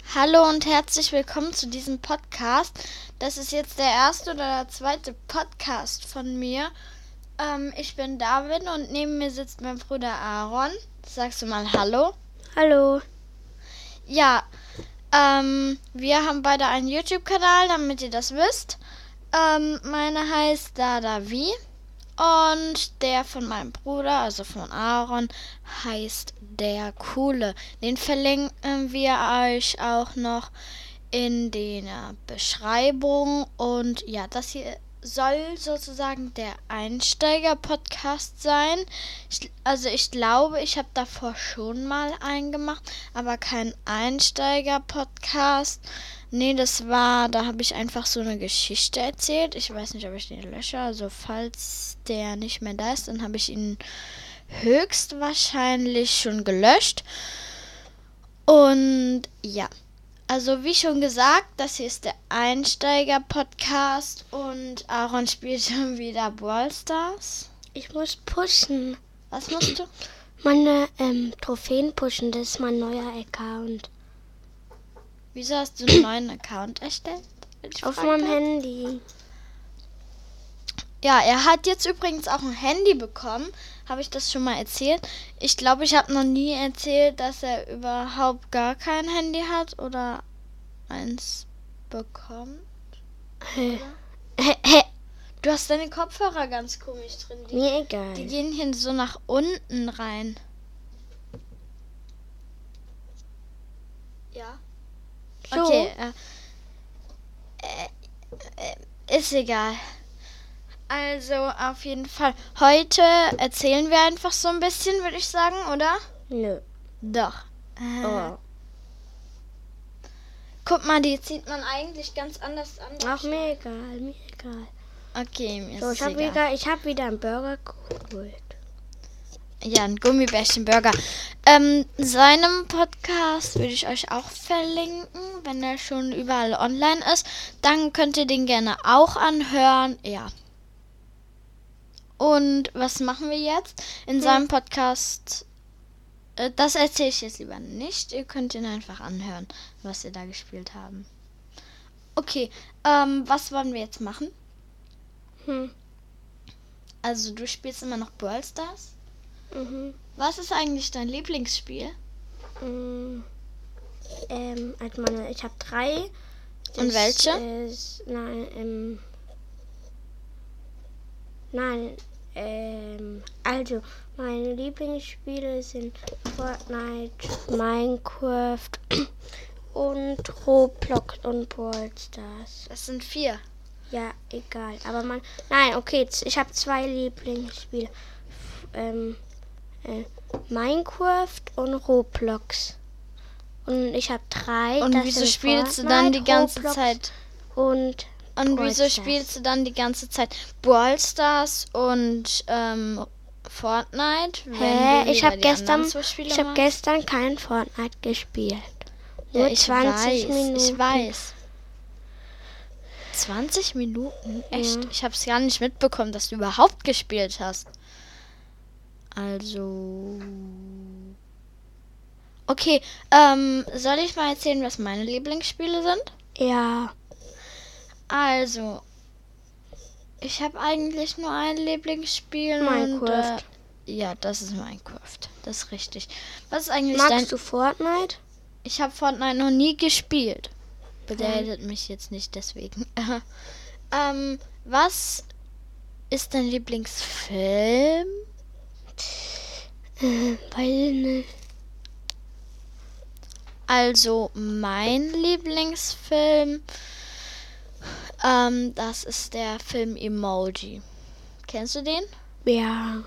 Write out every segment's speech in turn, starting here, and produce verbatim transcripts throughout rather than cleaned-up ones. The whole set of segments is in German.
Hallo und herzlich willkommen zu diesem Podcast. Das ist jetzt der erste oder der zweite Podcast von mir. Ähm, ich bin David und neben mir sitzt mein Bruder Aaron. Sagst du mal Hallo? Hallo. Ja, ähm, wir haben beide einen YouTube-Kanal, damit ihr das wisst. Ähm, meine heißt Dadavi und der von meinem Bruder, also von Aaron, heißt Der Coole. Den verlinken wir euch auch noch in der Beschreibung. Und ja, das hier soll sozusagen der Einsteiger-Podcast sein. Ich, also ich glaube, ich habe davor schon mal einen gemacht, aber kein Einsteiger-Podcast. Nee, das war, da habe ich einfach so eine Geschichte erzählt. Ich weiß nicht, ob ich den lösche. Also falls der nicht mehr da ist, dann habe ich ihn höchstwahrscheinlich schon gelöscht. Und ja, also wie schon gesagt, das hier ist der Einsteiger-Podcast und Aaron spielt schon wieder Brawl Stars. Ich muss pushen. Was musst du? Meine ähm, Trophäen pushen, das ist mein neuer Account. Wieso hast du einen neuen Account erstellt? Auf meinem Handy. Ja, er hat jetzt übrigens auch ein Handy bekommen. Habe ich das schon mal erzählt? Ich glaube, ich habe noch nie erzählt, dass er überhaupt gar kein Handy hat oder eins bekommt. Hä? Hä? Hä? Du hast deine Kopfhörer ganz komisch drin. Die, Mir egal. die gehen hier so nach unten rein. Ja. So. Okay. Äh, äh, äh, ist egal. Also auf jeden Fall. Heute erzählen wir einfach so ein bisschen, würde ich sagen, oder? Nö. Doch. Äh, Oh. Guck mal, die zieht man eigentlich ganz anders an. Ach, mir egal, mir egal. Okay, mir So, ist ich habe egal. wieder, ich hab wieder einen Burger geholt. Ja, ein Gummibärchen-Burger. Ähm, seinem Podcast würde ich euch auch verlinken, wenn er schon überall online ist. Dann könnt ihr den gerne auch anhören. Ja. Und was machen wir jetzt? In Hm. seinem Podcast, äh, das erzähle ich jetzt lieber nicht. Ihr könnt ihn einfach anhören, was wir da gespielt haben. Okay, ähm, was wollen wir jetzt machen? Hm. Also du spielst immer noch Brawl Stars. Mhm. Was ist eigentlich dein Lieblingsspiel? Mm. Ähm, also meine, ich habe drei. Und welche? Ist, nein, ähm. Nein, ähm. Also, meine Lieblingsspiele sind Fortnite, Minecraft und Roblox und Brawl Stars. Das sind vier. Ja, egal. Aber man. Nein, okay, z- ich habe zwei Lieblingsspiele. F- Ähm. Äh, Minecraft und Roblox. Und ich habe drei. Und das wieso sind spielst du dann die Fortnite, ganze Roblox Zeit? Und. Und Brawl wieso Stars. spielst du dann die ganze Zeit Brawl Stars und ähm, Fortnite? wenn Hä? du Ich lieber habe die gestern, anderen zwei Spiele ich habe magst? gestern kein Fortnite gespielt. Ja, Nur ich zwanzig weiß, Minuten. ich weiß. zwanzig Minuten? Echt? Ja. Ich habe es gar nicht mitbekommen, dass du überhaupt gespielt hast. Also... Okay, ähm, soll ich mal erzählen, was meine Lieblingsspiele sind? Ja. Also, ich habe eigentlich nur ein Lieblingsspiel. Minecraft. Und, äh, ja, das ist Minecraft. Das ist richtig. Was ist eigentlich Magst dein... du Fortnite? Ich habe Fortnite noch nie gespielt. Bedeutet mich jetzt nicht deswegen. ähm, was ist dein Lieblingsfilm? Äh, weiß nicht. Also, mein Lieblingsfilm, ähm, das ist der Film Emoji. Kennst du den? Ja.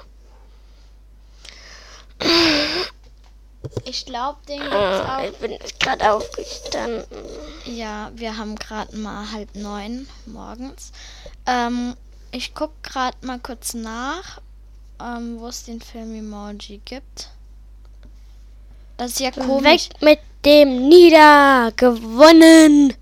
Ich glaube, den gibt's Ah, auch. ich bin gerade aufgestanden. Ja, wir haben gerade mal halb neun morgens. Ähm, ich guck gerade mal kurz nach, ähm, wo es den Film Emoji gibt. Das ist ja komisch. Weg mit dem Nieder! Gewonnen!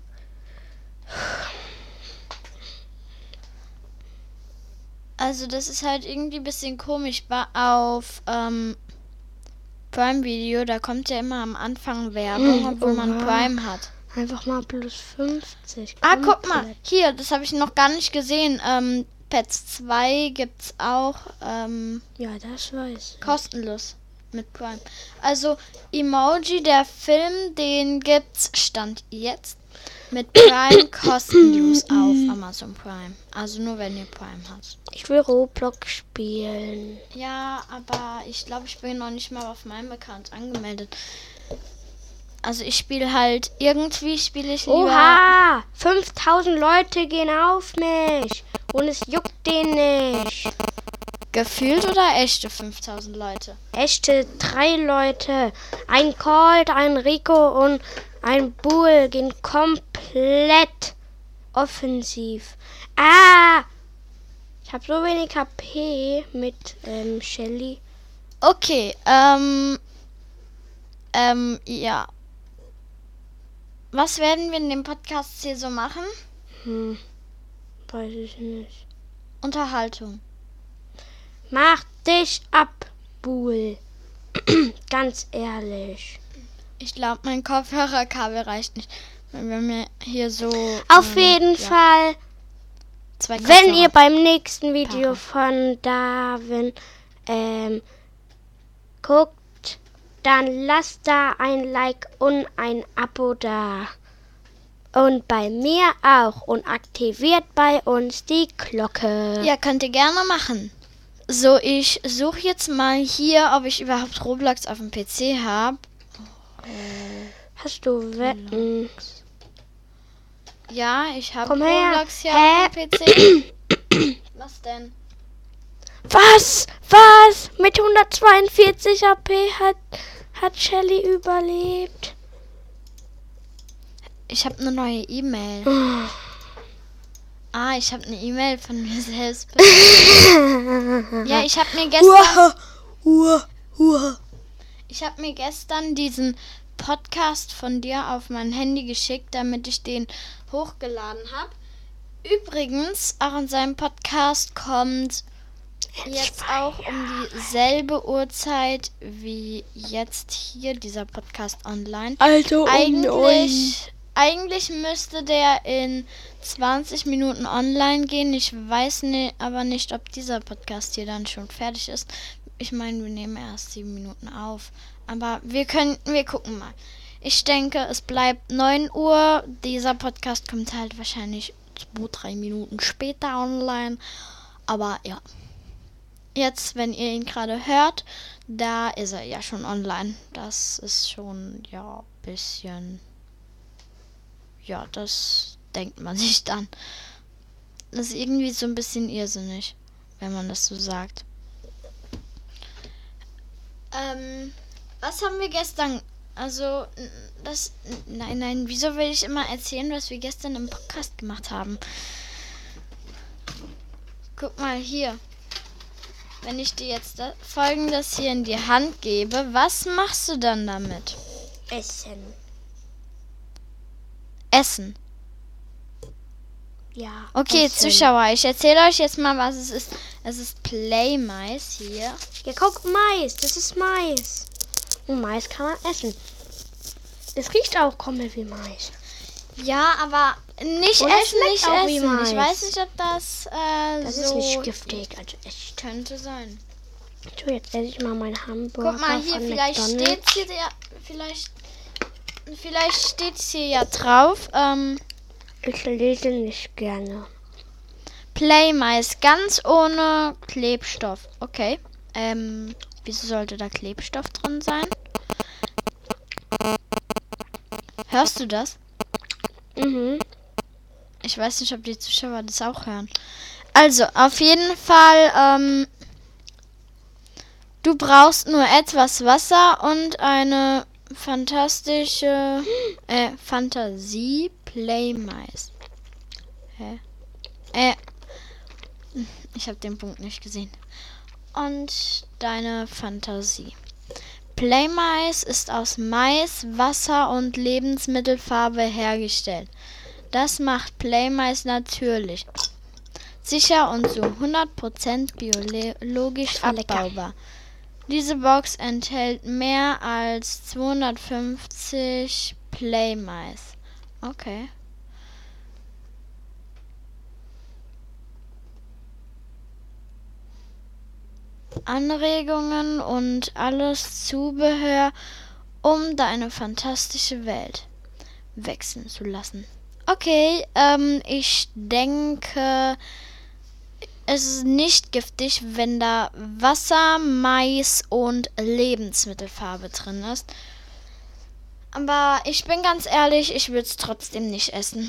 Also das ist halt irgendwie ein bisschen komisch. War auf ähm, Prime-Video, da kommt ja immer am Anfang Werbung, obwohl man Oha. Prime hat. Einfach mal plus fünfzig. Ah, guck mal, hier, das habe ich noch gar nicht gesehen. Ähm, Pets zwei gibt's auch ähm, Ja, das weiß ich. kostenlos mit Prime. Also Emoji, der Film, den gibt's Stand jetzt mit Prime kostenlos auf Amazon Prime. Also nur wenn ihr Prime habt. Ich will Roblox spielen. Ja, aber ich glaube, ich bin noch nicht mal auf meinem Account angemeldet. Also ich spiele halt, irgendwie spiele ich lieber... Oha! fünftausend Leute gehen auf mich. Und es juckt den nicht. Gefühlt oder echte fünftausend Leute? Echte drei Leute. Ein Colt, ein Rico und ein Bull gehen komplett offensiv. Ah! Ich habe so wenig H P mit ähm, Shelly. Okay, ähm... Ähm, ja. Was werden wir in dem Podcast hier so machen? Hm, weiß ich nicht. Unterhaltung. Mach dich ab, Bull. Ganz ehrlich. Ich glaube, mein Kopfhörerkabel reicht nicht. Wenn wir mir hier so... Auf ähm, jeden ja, Fall, zwei wenn Kopfhörer. ihr beim nächsten Video Paare. von Darwin ähm, guckt, dann lasst da ein Like und ein Abo da. Und bei mir auch. Und aktiviert bei uns die Glocke. Ja, könnt ihr gerne machen. So, ich suche jetzt mal hier, ob ich überhaupt Roblox auf dem P C habe. Hast du Wetten? Ja, ich habe Komm her. Roblox hier Hä? auf dem P C. Was denn? Was? Was? Mit hundertzweiundvierzig H P hat, hat Shelly überlebt. Ich habe eine neue E-Mail. Ah, ich habe eine E-Mail von mir selbst bekommen. Ja, ich habe mir gestern... Uah, uah. Ich habe mir gestern diesen Podcast von dir auf mein Handy geschickt, damit ich den hochgeladen habe. Übrigens, auch in seinem Podcast kommt jetzt auch um dieselbe Uhrzeit wie jetzt hier dieser Podcast online. Also Eigentlich, eigentlich müsste der in zwanzig Minuten online gehen. Ich weiß ne, aber nicht, ob dieser Podcast hier dann schon fertig ist. Ich meine, wir nehmen erst sieben Minuten auf. Aber wir können, wir gucken mal. Ich denke, es bleibt neun Uhr. Dieser Podcast kommt halt wahrscheinlich zwei, drei Minuten später online. Aber ja. Jetzt, wenn ihr ihn gerade hört, da ist er ja schon online. Das ist schon, ja, ein bisschen... Ja, das denkt man sich dann. Das ist irgendwie so ein bisschen irrsinnig, wenn man das so sagt. Ähm, was haben wir gestern... Also, das... Nein, nein, wieso will ich immer erzählen, was wir gestern im Podcast gemacht haben? Guck mal hier. Wenn ich dir jetzt da, Folgendes hier in die Hand gebe, was machst du dann damit? Essen. Essen. Ja. Okay, Essen. Zuschauer, ich erzähle euch jetzt mal, was es ist. Es ist Play-Mais hier. Ja, guck, Mais. Das ist Mais. Und Mais kann man essen. Es riecht auch komplett wie Mais. Ja, aber nicht Und es essen, schmeckt nicht auch wie essen. Mais. Ich weiß nicht, ob das äh, Das so... ist nicht giftig, also echt. Könnte sein. So, jetzt esse ich mal meinen Hamburger Guck mal hier, von vielleicht McDonald's. steht hier ja, vielleicht, vielleicht steht hier ja drauf. Ähm, Ich lese nicht gerne. Play-Mais, ganz ohne Klebstoff. Okay. Ähm, wieso sollte da Klebstoff drin sein? Hörst du das? Mhm. Ich weiß nicht, ob die Zuschauer das auch hören. Also, auf jeden Fall, ähm, du brauchst nur etwas Wasser und eine fantastische äh, Fantasie Play-Mais. Hä? Äh, ich habe den Punkt nicht gesehen. Und deine Fantasie. Play-Mais ist aus Mais, Wasser und Lebensmittelfarbe hergestellt. Das macht Play-Mais natürlich. Sicher und zu hundert Prozent biologisch war lecker. abbaubar. Diese Box enthält mehr als zweihundertfünfzig Playmice. Okay. Anregungen und alles Zubehör, um deine fantastische Welt wechseln zu lassen. Okay, ähm, ich denke, es ist nicht giftig, wenn da Wasser, Mais und Lebensmittelfarbe drin ist. Aber ich bin ganz ehrlich, ich würde es trotzdem nicht essen.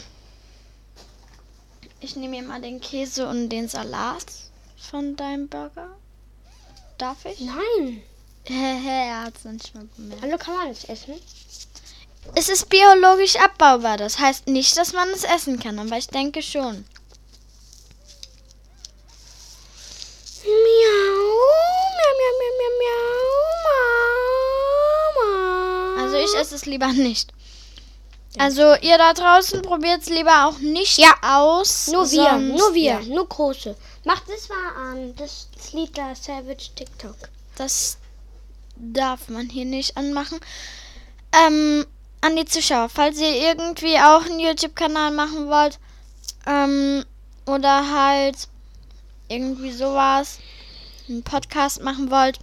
Ich nehme mir mal den Käse und den Salat von deinem Burger. Darf ich? Nein. Er hat es nicht mal bemerkt. Also kann man es essen? Es ist biologisch abbaubar. Das heißt nicht, dass man es essen kann, aber ich denke schon. Miau, miau, miau, miau, miau, miau, Also ich esse es lieber nicht. Also ihr da draußen probiert es lieber auch nicht Ja. aus. Nur wir, sonst- nur wir, ja, nur große. Macht das mal an, das Lied da, Savage TikTok. das darf man hier nicht anmachen. Ähm, an die Zuschauer, falls ihr irgendwie auch einen YouTube-Kanal machen wollt, ähm, oder halt irgendwie sowas, einen Podcast machen wollt,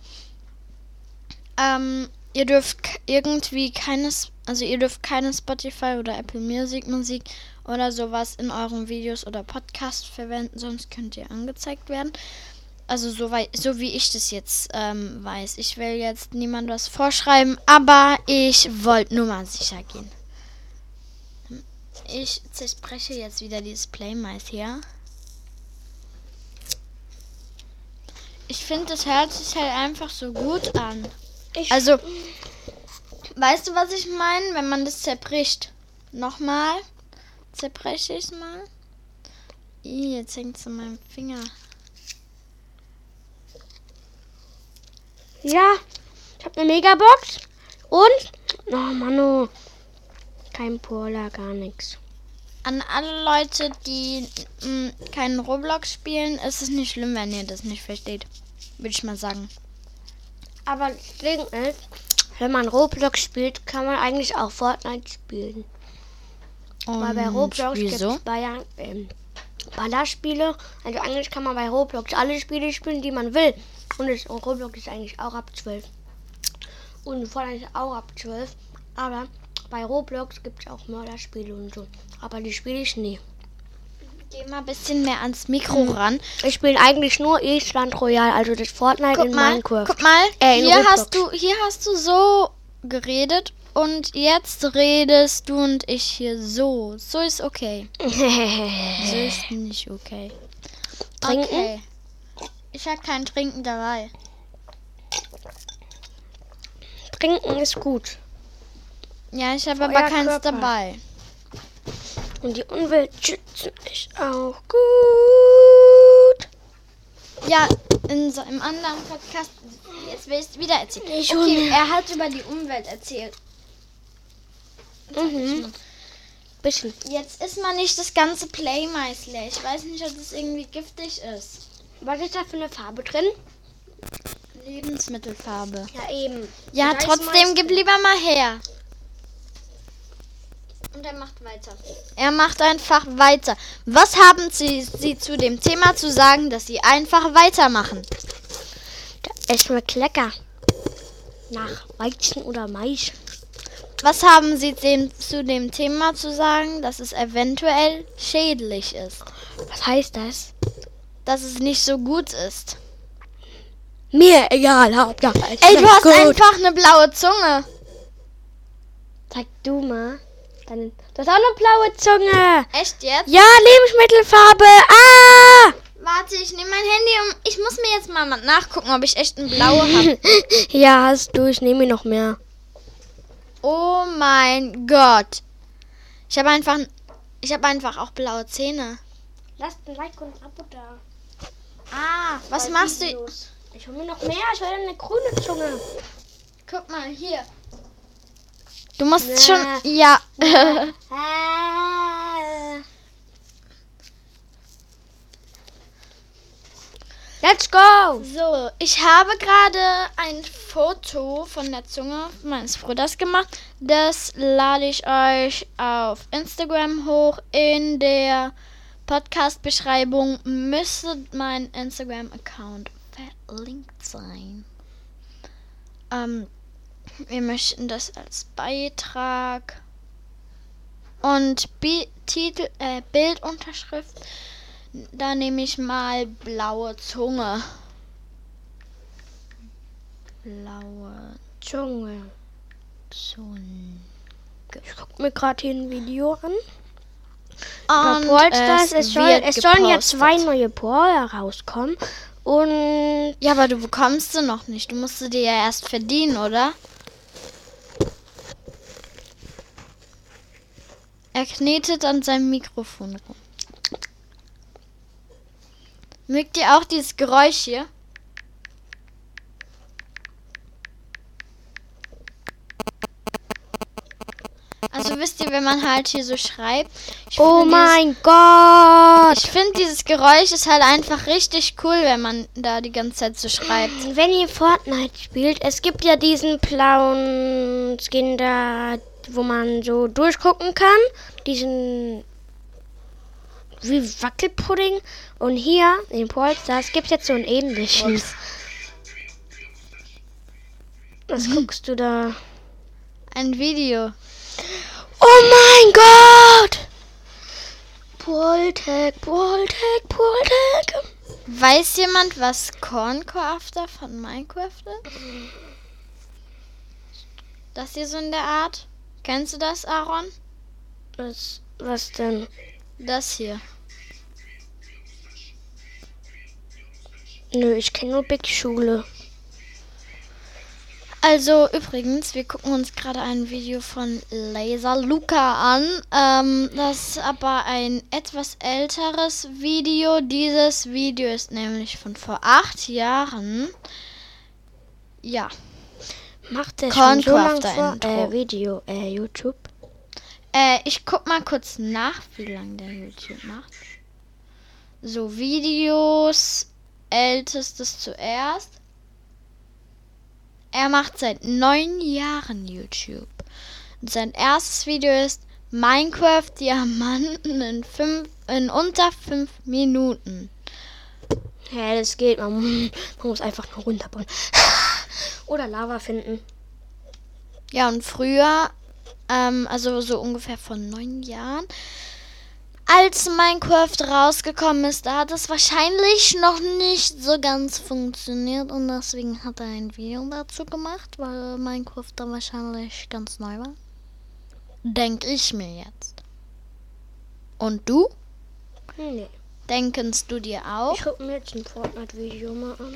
ähm, ihr dürft k- irgendwie keines, also ihr dürft keine Spotify oder Apple Music Musik oder sowas in euren Videos oder Podcasts verwenden, sonst könnt ihr angezeigt werden. Also so, wei- so wie ich das jetzt ähm, weiß. Ich will jetzt niemand was vorschreiben, aber ich wollte nur mal sicher gehen. Ich zerspreche jetzt wieder dieses Playmice hier. Ich finde, das hört sich halt einfach so gut an. Ich, Also, weißt du, was ich meine? Wenn man das zerbricht. Nochmal. Zerbreche ich es mal. Ih, jetzt hängt es an meinem Finger. ja, ich habe eine Megabox und, oh Manu, kein Polar, gar nichts. An alle Leute, die mh, keinen Roblox spielen, ist es nicht schlimm, wenn ihr das nicht versteht. Würde ich mal sagen. Aber das Ding ist, wenn man Roblox spielt, kann man eigentlich auch Fortnite spielen. Weil bei Und Roblox gibt wieso? es Bayern, ähm, Ballerspiele. Also eigentlich kann man bei Roblox alle Spiele spielen, die man will. Und das, und Roblox ist eigentlich auch ab zwölf. Und Fortnite ist auch ab zwölf. Aber bei Roblox gibt es auch Mörderspiele und so. Aber die spiele ich nie. Geh mal ein bisschen mehr ans Mikro ran. Ich spiele eigentlich nur Island Royal, also das Fortnite Guck in mal, Minecraft. guck mal. Äh, in hier Roblox. hast du, hier hast du so geredet und jetzt redest du und ich hier so. So ist okay. So ist nicht okay. Trinken? Okay. Ich habe kein Trinken dabei. Trinken ist gut. Ja, ich habe Euer aber keins Körper. dabei. Und die Umwelt schützen ist auch gut. Ja, in so, im anderen Podcast, jetzt will ich es wieder erzählen. Ich Okay, schon. er hat über die Umwelt erzählt. Mhm. Bisschen. Jetzt isst man nicht das ganze Playmice leer. Ich weiß nicht, ob das irgendwie giftig ist. Was ist da für eine Farbe drin? Lebensmittelfarbe. Ja, eben. Ja, Da ist trotzdem, Mais gib drin. lieber mal her. Und er macht weiter. Er macht einfach weiter. Was haben Sie, Sie zu dem Thema zu sagen, dass Sie einfach weitermachen? Es schmeckt lecker. Nach Weizen oder Mais. Was haben Sie dem, zu dem Thema zu sagen, dass es eventuell schädlich ist? Was heißt das? Dass es nicht so gut ist. Mir egal, Hauptsache es Ey, du schmeckt hast gut. einfach eine blaue Zunge. Zeig du mal. Deine, du hast auch eine blaue Zunge. Echt jetzt? Ja, Lebensmittelfarbe. Ah! Warte, ich nehme mein Handy und ich muss mir jetzt mal nachgucken, ob ich echt eine blaue habe. Ja, hast du. Ich nehme noch mehr. Oh mein Gott. Ich habe einfach, ich habe einfach auch blaue Zähne. Lasst ein Like und ein Abo da. Ah, was machst du? Ich hole mir noch mehr. Ich will eine grüne Zunge. Guck mal hier. Du musst Nee. schon, ja. Ah. Let's go! So, ich habe gerade ein Foto von der Zunge meines Bruders gemacht. Das lade ich euch auf Instagram hoch. In der Podcast-Beschreibung müsste mein Instagram-Account verlinkt sein. Ähm, wir möchten das als Beitrag und Bi- Titel, äh, Bildunterschrift. Da nehme ich mal blaue Zunge. Blaue Junge. Zunge. Ich gucke mir gerade hier ein Video an. Und Brawl Stars, es, soll, wird es sollen ja gepostet. zwei neue Brawler rauskommen. Und Ja, aber du bekommst sie noch nicht. Du musst sie dir ja erst verdienen, oder? Er knetet an seinem Mikrofon rum. Mögt ihr auch dieses Geräusch hier? Also wisst ihr, wenn man halt hier so schreibt. Ich oh finde mein Gott! dieses, Ich finde dieses Geräusch ist halt einfach richtig cool, wenn man da die ganze Zeit so schreibt. Wenn ihr Fortnite spielt, es gibt ja diesen blauen Skin da, wo man so durchgucken kann. Diesen wie Wackelpudding. Und hier in Brawl Stars gibt es jetzt so einen ähnlichen. Ups. Was guckst du da? Ein Video. Oh mein Gott! Brawltag, Brawltag, Brawltag. Weiß jemand, was Corncrafter von Minecraft ist? Das hier so in der Art? Kennst du das, Aaron? Was, was denn? Das hier. Nö, ich kenne nur Big Schule. Also übrigens, wir gucken uns gerade ein Video von Laser Luca an. Ähm, das ist aber ein etwas älteres Video. Dieses Video ist nämlich von vor acht Jahren. Ja. Macht der schon so lange Corncrafter vor, Intro. äh, Video, äh, YouTube? Äh, ich guck mal kurz nach, wie lange der YouTube macht. So, Videos, ältestes zuerst. Er macht seit neun Jahren YouTube. Und sein erstes Video ist Minecraft Diamanten in, fünf, in unter fünf Minuten. Ja, das geht. Man, man muss einfach nur runterbauen. Oder Lava finden. Ja, und früher, ähm, also so ungefähr vor neun Jahren, als Minecraft rausgekommen ist, da hat es wahrscheinlich noch nicht so ganz funktioniert und deswegen hat er ein Video dazu gemacht, weil Minecraft da wahrscheinlich ganz neu war. Denk ich mir jetzt. Und du? Nee. Denkenst du dir auch? Ich gucke mir jetzt ein Fortnite-Video mal an.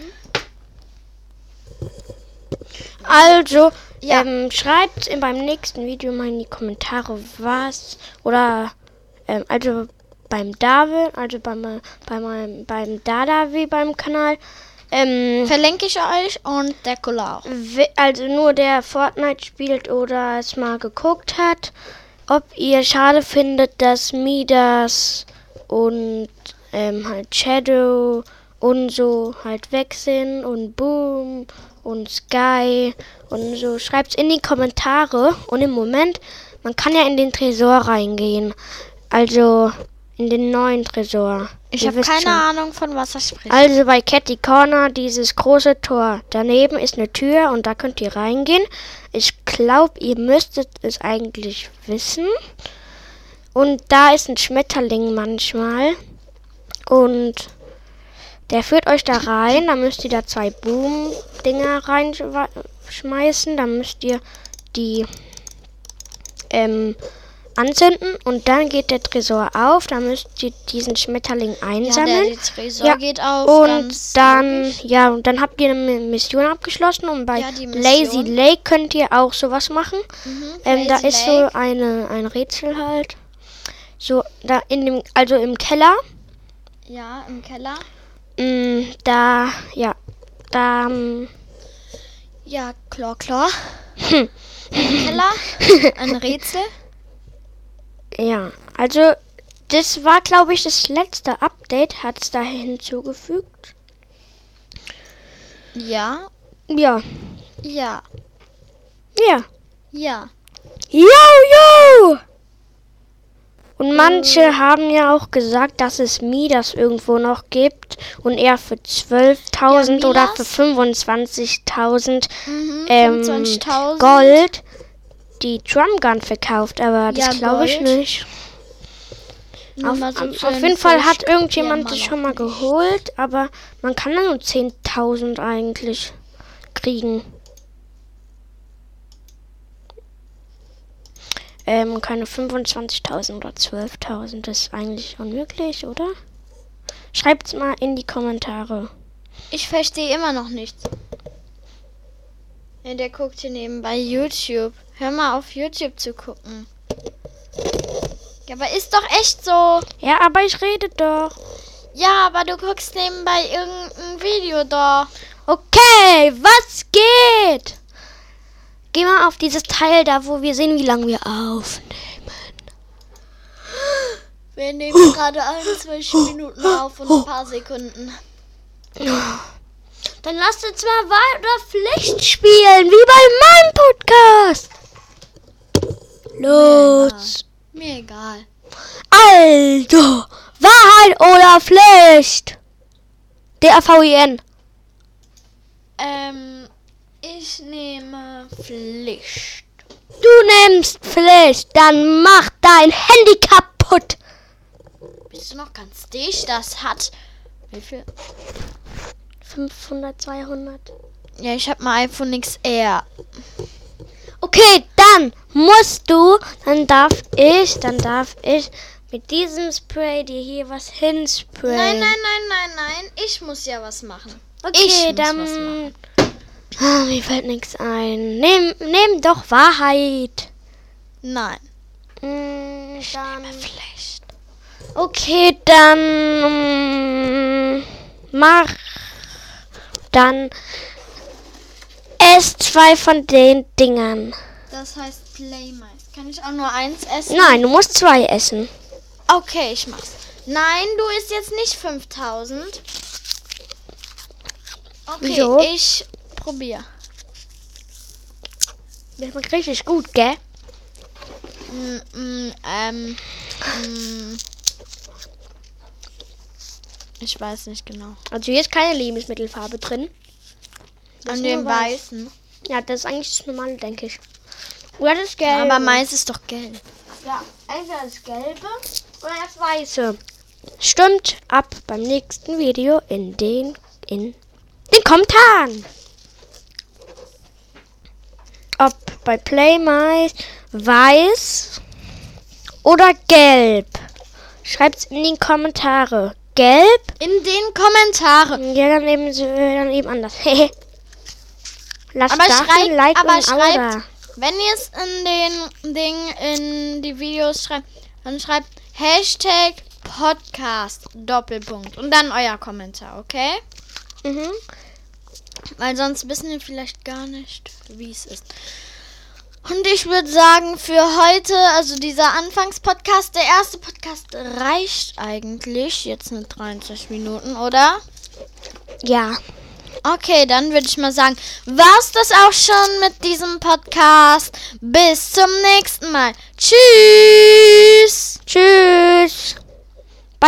Also, Ja. ähm, schreibt in beim nächsten Video mal in die Kommentare was. Oder, ähm, also beim David, also beim, bei meinem, beim Dadawi beim Kanal. Ähm, Verlinke ich euch und der Cola auch. we- also nur der Fortnite spielt oder es mal geguckt hat. Ob ihr schade findet, dass Midas und ähm, halt Shadow und so halt weg sind und Boom und Sky und so. Schreibt's in die Kommentare. Und im Moment, man kann ja in den Tresor reingehen. Also in den neuen Tresor. Ich Ihr habe wisst keine schon. Ahnung, von was er spricht. Also bei Catty Corner dieses große Tor. Daneben ist eine Tür und da könnt ihr reingehen. Ich glaube, ihr müsstet es eigentlich wissen. Und da ist ein Schmetterling manchmal. Und der führt euch da rein. Da müsst ihr da zwei Boom-Dinger reinschmeißen. Dann müsst ihr die ähm, anzünden. Und dann geht der Tresor auf. Da müsst ihr diesen Schmetterling ja, einsammeln. der Tresor Ja, geht auf. Und ganz dann, logisch. ja, und dann habt ihr eine Mission abgeschlossen und bei Ja, die Mission. Lazy Lake könnt ihr auch sowas machen. Mhm, Ähm, da Lazy ist Lake. so eine, ein Rätsel halt. So, da in dem, also im Keller, Ja, im Keller. mh, da, ja, da, ähm, Ja, klar, klar. Im Keller. Ein Rätsel. ja, also das war, glaube ich, das letzte Update, hat es da hinzugefügt. Ja. Ja. Ja. Ja. Ja. Jo, jo! Und manche haben ja auch gesagt, dass es Midas irgendwo noch gibt und er für zwölftausend Ja, oder Midas? für fünfundzwanzigtausend Mhm, ähm, fünfundzwanzigtausend. Gold die Drumgun verkauft, aber das Ja, glaube ich Gold. nicht. Nur Auf, mal so am- für auf den jeden Fall hat Fisch. irgendjemand Ja, das man schon noch mal nicht. geholt, aber man kann dann nur zehntausend eigentlich kriegen. Ähm, keine fünfundzwanzigtausend oder zwölftausend, das ist eigentlich unmöglich, oder? Schreibt's mal in die Kommentare. Ich verstehe immer noch nichts. Ja, der guckt hier nebenbei YouTube. Hör mal auf YouTube zu gucken. Ja, aber ist doch echt so. Ja, aber ich rede doch. Ja, aber du guckst nebenbei irgendein Video da. Okay, was geht? Geh mal auf dieses Teil da, wo wir sehen, wie lange wir aufnehmen. Wir nehmen gerade einundzwanzig Minuten auf und ein paar Sekunden. Dann lasst uns mal weiter Pflicht spielen, wie bei meinem Podcast. Los. Mir egal. Also, Wahrheit oder Pflicht? D A V I N. Ähm, ich nehme Pflicht. Du nimmst Pflicht, dann mach dein Handy kaputt. Bist du noch ganz dicht? Das hat... Wie viel? fünfhundert, zweihundert. Ja, ich habe mein iPhone X R. Okay, dann musst du, dann darf ich, dann darf ich mit diesem Spray dir hier was hinsprayen. Nein, nein, nein, nein, nein. Ich muss ja was machen. Okay, ich muss dann. was machen. Ah, mir fällt nichts ein. Nehm, nehm doch Wahrheit. Nein. Mm, dann. Pflicht. Okay, dann. mm, Mach. Dann. Ess zwei von den Dingern. Das heißt Playmais. Kann ich auch nur eins essen? Nein, du musst zwei essen. Okay, ich mach's. Nein, du isst jetzt nicht fünftausend. Okay, Wieso? ich probiere. Das schmeckt richtig gut, gell? Mm, mm, ähm, mm, ich weiß nicht genau. Also hier ist keine Lebensmittelfarbe drin. Das An ist dem nur weiß. Weißen. Ja, das ist eigentlich das Normale, denke ich. Oder das Gelbe. Aber meins ist doch gelb. Ja, entweder das Gelbe oder das Weiße. Stimmt ab beim nächsten Video in den, in den Kommentaren. Ob bei Playmais weiß oder gelb. Schreibt's in die Kommentare. Gelb? In den Kommentaren. Ja, dann eben, so- dann eben anders. Lasst Aber dafür schreibt, ein Like aber und ein Abo schreibt, da. wenn ihr es in den Ding in die Videos schreibt, dann schreibt Hashtag Podcast Doppelpunkt und dann euer Kommentar, okay? Mhm. Weil sonst wissen wir vielleicht gar nicht, wie es ist. Und ich würde sagen, für heute, also dieser Anfangspodcast, der erste Podcast reicht eigentlich jetzt mit dreiundzwanzig Minuten, oder? Ja. Okay, dann würde ich mal sagen, war's das auch schon mit diesem Podcast. Bis zum nächsten Mal. Tschüss. Tschüss.